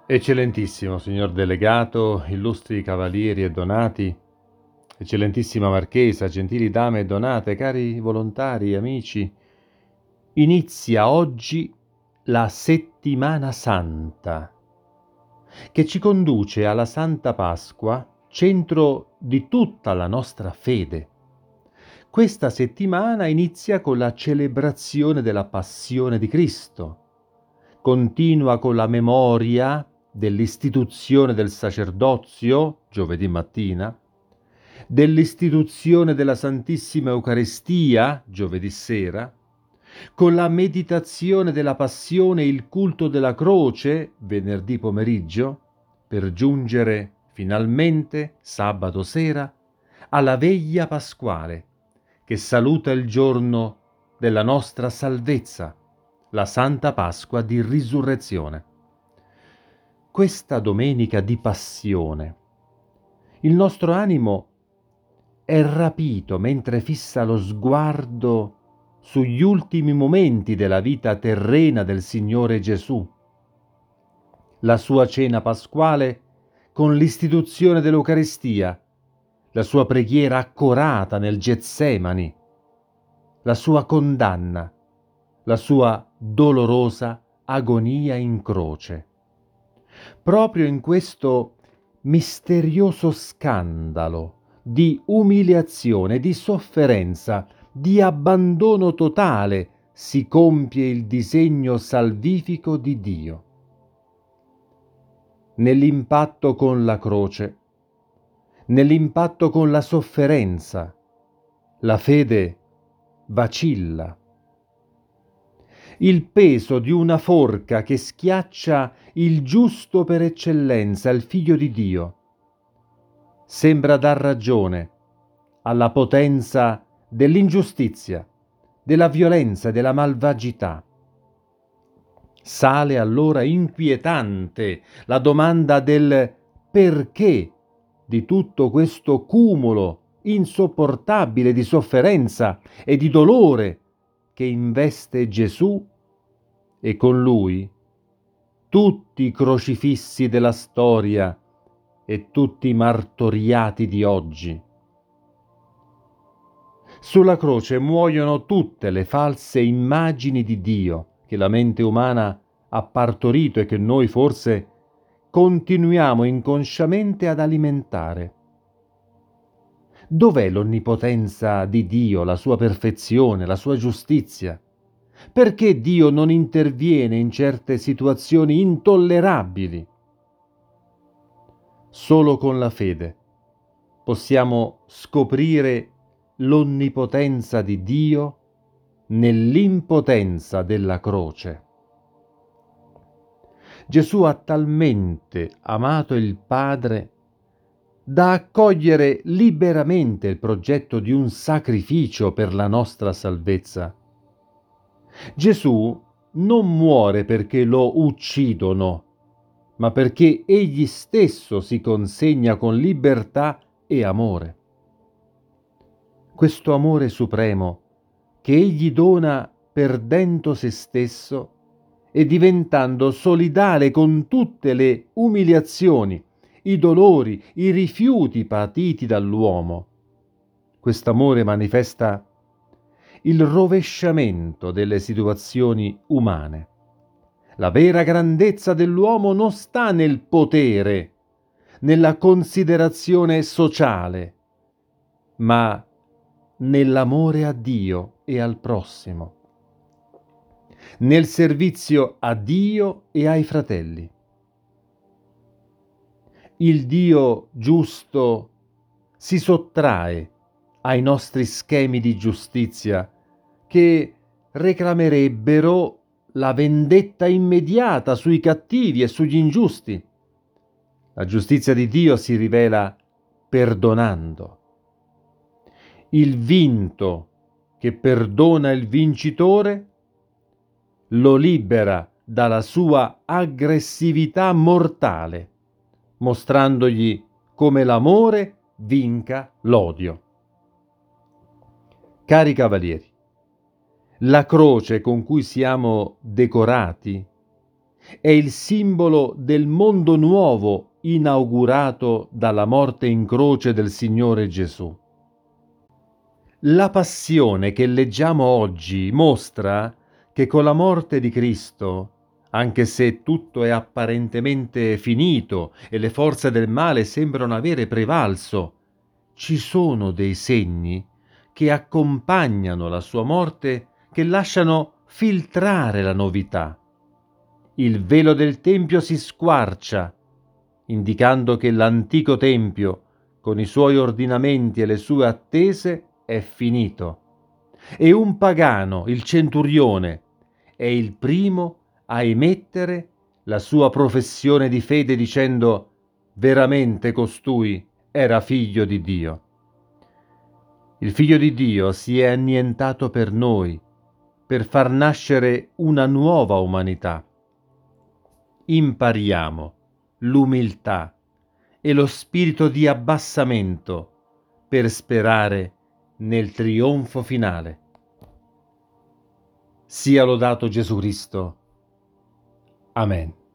Eccellentissimo signor delegato, illustri cavalieri e donati, eccellentissima marchesa, gentili dame e donate, cari volontari, amici, inizia oggi la Settimana Santa, che ci conduce alla Santa Pasqua, centro di tutta la nostra fede. Questa settimana inizia con la celebrazione della Passione di Cristo, continua con la memoria dell'istituzione del sacerdozio, giovedì mattina, dell'istituzione della Santissima Eucaristia, giovedì sera, con la meditazione della Passione e il culto della croce, venerdì pomeriggio, per giungere finalmente, sabato sera, alla veglia pasquale, che saluta il giorno della nostra salvezza, la Santa Pasqua di Risurrezione. Questa domenica di Passione, il nostro animo è rapito mentre fissa lo sguardo sugli ultimi momenti della vita terrena del Signore Gesù. La sua cena pasquale con l'istituzione dell'Eucaristia, la sua preghiera accorata nel Getsemani, la sua condanna, la sua dolorosa agonia in croce. Proprio in questo misterioso scandalo di umiliazione, di sofferenza, di abbandono totale si compie il disegno salvifico di Dio. Nell'impatto con la croce, nell'impatto con la sofferenza, la fede vacilla. Il peso di una forca che schiaccia il giusto per eccellenza, il Figlio di Dio, sembra dar ragione alla potenza dell'ingiustizia, della violenza, della malvagità. Sale allora inquietante la domanda del perché di tutto questo cumulo insopportabile di sofferenza e di dolore che investe Gesù e con lui tutti i crocifissi della storia e tutti i martoriati di oggi. Sulla croce muoiono tutte le false immagini di Dio che la mente umana ha partorito e che noi forse continuiamo inconsciamente ad alimentare. Dov'è l'onnipotenza di Dio, la sua perfezione, la sua giustizia? Perché Dio non interviene in certe situazioni intollerabili? Solo con la fede possiamo scoprire l'onnipotenza di Dio nell'impotenza della croce. Gesù ha talmente amato il Padre da accogliere liberamente il progetto di un sacrificio per la nostra salvezza. Gesù non muore perché lo uccidono, ma perché egli stesso si consegna con libertà e amore. Questo amore supremo che egli dona perdendo se stesso e diventando solidale con tutte le umiliazioni, i dolori, i rifiuti patiti dall'uomo. Quest'amore manifesta il rovesciamento delle situazioni umane. La vera grandezza dell'uomo non sta nel potere, nella considerazione sociale, ma nell'amore a Dio e al prossimo, nel servizio a Dio e ai fratelli. Il Dio giusto si sottrae ai nostri schemi di giustizia che reclamerebbero la vendetta immediata sui cattivi e sugli ingiusti. La giustizia di Dio si rivela perdonando. Il vinto che perdona il vincitore lo libera dalla sua aggressività mortale, mostrandogli come l'amore vinca l'odio. Cari cavalieri, la croce con cui siamo decorati è il simbolo del mondo nuovo inaugurato dalla morte in croce del Signore Gesù. La passione che leggiamo oggi mostra che con la morte di Cristo, anche se tutto è apparentemente finito e le forze del male sembrano avere prevalso, ci sono dei segni che accompagnano la sua morte, che lasciano filtrare la novità. Il velo del Tempio si squarcia, indicando che l'antico Tempio, con i suoi ordinamenti e le sue attese, è finito. E un pagano, il centurione, è il primo a emettere la sua professione di fede dicendo: veramente costui era figlio di Dio. Il figlio di Dio si è annientato per noi, per far nascere una nuova umanità. Impariamo l'umiltà e lo spirito di abbassamento per sperare nel trionfo finale. Sia lodato Gesù Cristo. Amen.